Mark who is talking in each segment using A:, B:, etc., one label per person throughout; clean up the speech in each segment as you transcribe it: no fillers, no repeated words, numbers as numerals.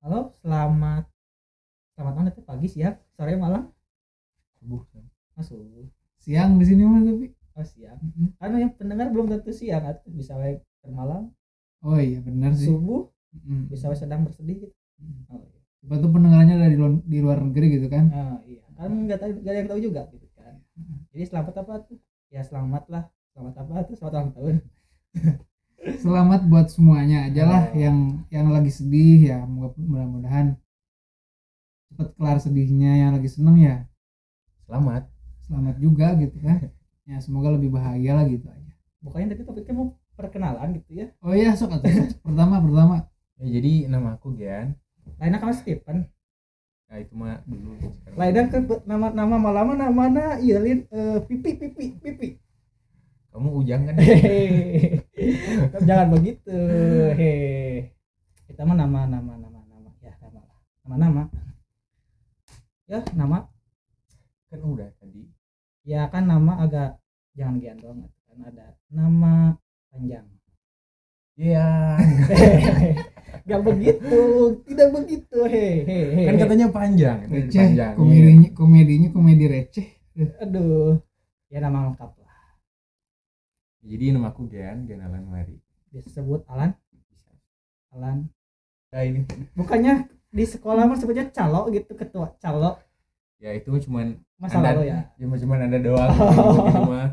A: Halo, selamat malam, pagi, siang, sore, malam.
B: Subuh.
A: Masuk.
B: Siang di sini mah tapi.
A: Oh, siang. Karena yang pendengar belum tentu siang, atau bisa wae malam,
B: Oh iya benar sih.
A: subuh, bisa wae
B: Mm-mm.
A: sedang bersedih gitu. Oh, iya.
B: Siapa tuh pendengarnya dari di luar negeri gitu kan?
A: Ah, iya. Kan nggak ada yang tahu juga gitu kan. Jadi selamat apa tuh? Ya selamat lah. Selamat apa tuh? Selamat ulang tahun.
B: Selamat buat semuanya aja lah
A: Oh,
B: yang lagi sedih ya, mudah-mudahan cepat kelar sedihnya. Yang lagi seneng ya
C: Selamat.
B: selamat juga gitu kan. Ya semoga lebih bahagia lah gitu aja.
A: bukannya tadi topiknya mau perkenalan gitu ya.
B: Oh iya sok atuh sok. Pertama.
C: Ya, jadi nama aku Gian.
A: Lainnya kamu Stephen.
C: Nah itu mah dulu. Sekarang
A: Lainnya ke nama malama namana iya lin pipi pipi pipi.
C: kamu Ujang kan?
A: Hehehe. Jangan begitu. Hehehe. Kita mah nama ya nama ya nama
C: Kan udah tadi.
A: ya kan nama agak jangan gian doang kan ada nama panjang.
C: Iya.
A: Gak begitu, tidak begitu. Hehehe.
C: Kan katanya panjang. Itu
B: Receh,
C: dipanjangin.
B: komedinya komedi receh.
A: Aduh, ya nama lengkap lah.
C: Jadi nama aku Gian Alan Mari.
A: Disebut Alan.
C: Bisa.
A: Alan.
C: Nah ini.
A: Bukannya di sekolah mah sebutnya calo gitu, ketua calo.
C: Ya itu cuman
A: Masa lalu ya.
C: Cuman ada doang.
A: Oh.
C: Gitu mah.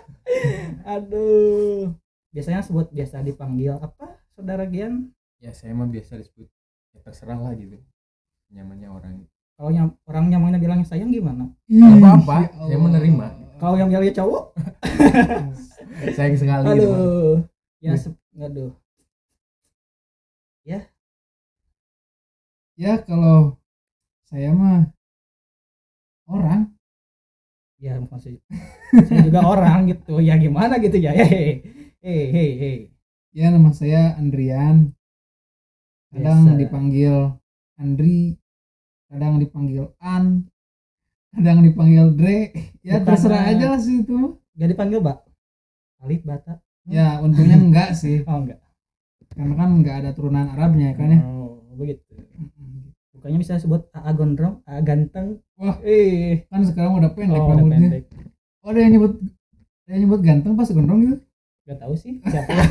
A: Aduh. Biasa dipanggil apa? Saudara Gian?
C: Ya saya mah biasa disebut. Ya terserah lah gitu. Nyamannya orang.
A: Kalau orang nyamannya bilangnya sayang gimana?
C: Gak apa-apa.
B: Ya
C: Saya
B: Allah.
C: menerima.
A: Kalau yang bilangnya cowok?
C: Sayang sekali gitu. Mah.
A: Aduh. Ya aduh.
B: Ya kalau saya mah orang.
A: Ya maksud saya juga orang gitu. Ya gimana gitu ya. Hehehe.
B: Ya nama saya Andrian. Kadang
A: Biasa.
B: dipanggil Andri, kadang dipanggil An, kadang dipanggil Dre. Ya
A: Bukan,
B: terserah aja lah sih itu.
A: Gak dipanggil Mbak? Alif Bata?
B: Ya untungnya enggak sih,
A: Oh enggak.
B: karena kan enggak ada turunan Arabnya kan ya.
A: Oh begitu. Bukannya bisa sebut AA gondrong, AA ganteng.
B: Wah,
A: Eh,
B: kan sekarang udah pendek
A: oh udah
B: rambutnya.
A: pendek.
B: Oh ada yang nyebut ganteng pas gondrong gitu.
A: Gak tahu sih siapa ya.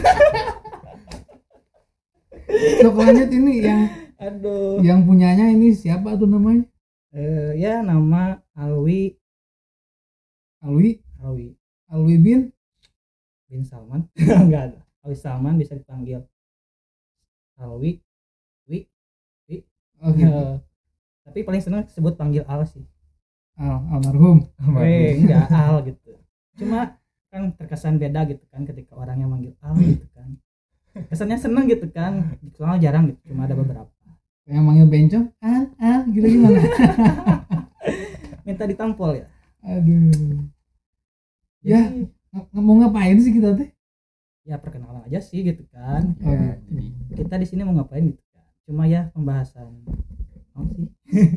B: Sok lanjut ini
A: Aduh.
B: yang punyanya ini siapa tuh namanya?
A: Ya nama Alwi
B: Alwi,
A: Alwi
B: Alwi
A: bin Salman. Enggak ada. Alwi Salman bisa dipanggil Alwi, Wi, Wi.
B: Oh gitu.
A: Tapi paling seneng sebut panggil Al sih.
B: Almarhum.
A: Enggak Al gitu. Cuma kan terkesan beda gitu kan ketika orang yang manggil Al gitu kan. Kesannya seneng gitu kan. Soalnya jarang gitu, cuma ada beberapa.
B: Yang manggil bencong, gitu gimana?
A: Minta ditampol ya.
B: Aduh. Ya,
A: Jadi,
B: mau ngapain sih kita teh?
A: ya perkenalan aja sih gitu kan.
C: Ya, jadi
A: Kita di sini mau ngapain gitu kan. Cuma ya pembahasan. Oh sih.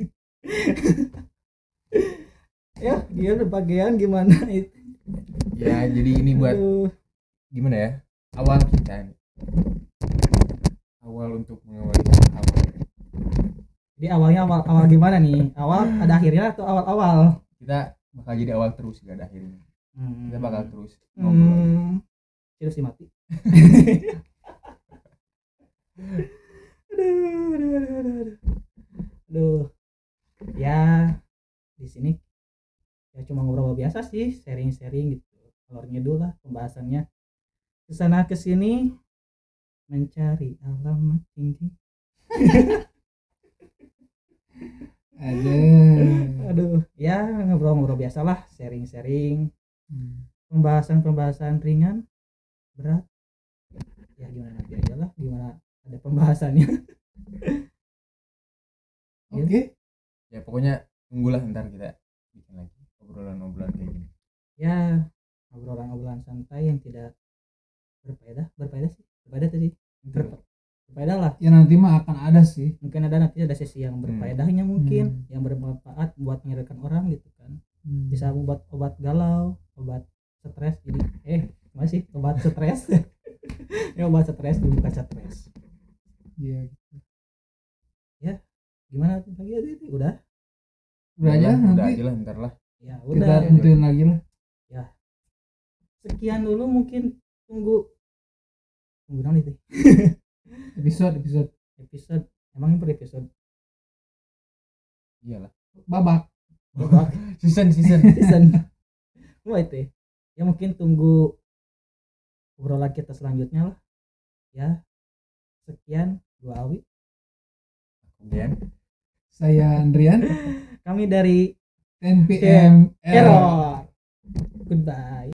A: Ya, dia bagian gimana itu.
C: ya jadi ini buat
A: Aduh.
C: gimana ya? Awal kita nih. Awal untuk mengawali hal.
A: Jadi awalnya awal gimana nih? Awal ada akhirnya atau awal-awal?
C: Kita bakal jadi awal terus gak ada akhirnya. Kita bakal terus ngobrol.
A: Terus mati. Aduh. Ya di sini ya cuma ngobrol biasa sih, sharing-sharing gitu. Kalau ngidul lah pembahasannya. Kesana kesini mencari alamat tinggi. Aduh, ya ngobrol-ngobrol biasa lah, sharing-sharing. Pembahasan ringan, berat. Ya gimana nanti aja lah, gimana ada pembahasannya.
B: Oke.
C: Ya pokoknya tunggulah ntar kita bikin lagi obrolan-obrolan kayak gini.
A: Ya obrolan-obrolan santai yang tidak berfaedah sih, berfaedah tadi. Berfaedah lah.
B: Ya nanti mah akan ada sih.
A: Mungkin nanti ada sesi yang berfaedahnya mungkin, yang bermanfaat buat mengeluarkan orang gitu kan. Bisa membuat obat galau, obat stres jadi masih obat stres. Ya obat stres bukan stres.
B: Iya.
A: Gimana lagi itu udah
B: Udah aja
C: udah
B: nanti
C: aja lah ntar lah.
A: ya
B: kita
A: udah
B: tentuin lagi lah.
A: sekian dulu, mungkin tunggu nanti tuh
B: Episode
A: episode, emangnya per episode
C: Iyalah.
B: babak.
C: Season.
A: season wah itu ya mungkin tunggu obrolan kita selanjutnya lah ya. Sekian, gua Awi,
C: Kemudian
B: Saya Andrian,
A: kami dari
B: 10 PM Error.
A: Error. Goodbye.